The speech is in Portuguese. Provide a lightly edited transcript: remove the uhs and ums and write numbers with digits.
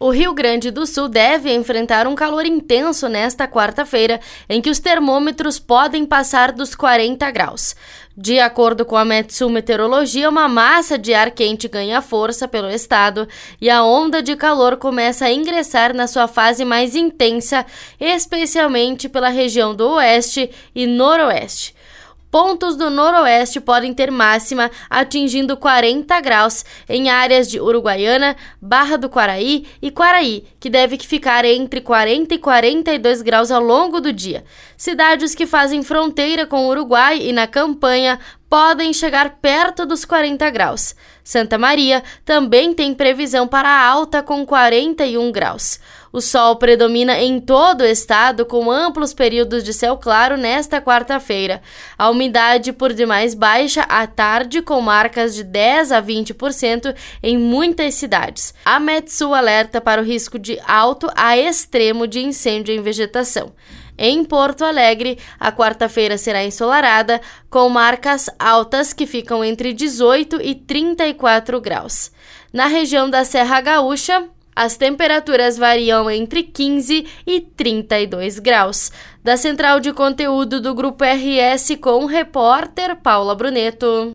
O Rio Grande do Sul deve enfrentar um calor intenso nesta quarta-feira, em que os termômetros podem passar dos 40 graus. De acordo com a Metsul Meteorologia, uma massa de ar quente ganha força pelo estado e a onda de calor começa a ingressar na sua fase mais intensa, especialmente pela região do oeste e noroeste. Pontos do noroeste podem ter máxima atingindo 40 graus em áreas de Uruguaiana, Barra do Quaraí e Quaraí, que deve ficar entre 40 e 42 graus ao longo do dia. Cidades que fazem fronteira com o Uruguai e na campanha podem chegar perto dos 40 graus. Santa Maria também tem previsão para alta com 41 graus. O sol predomina em todo o estado com amplos períodos de céu claro nesta quarta-feira. A umidade por demais baixa à tarde com marcas de 10 a 20% em muitas cidades. A Metsul alerta para o risco de alto a extremo de incêndio em vegetação. Em Porto Alegre, a quarta-feira será ensolarada, com marcas altas que ficam entre 18 e 34 graus. Na região da Serra Gaúcha, as temperaturas variam entre 15 e 32 graus. Da Central de Conteúdo do Grupo RS com o repórter Paula Bruneto.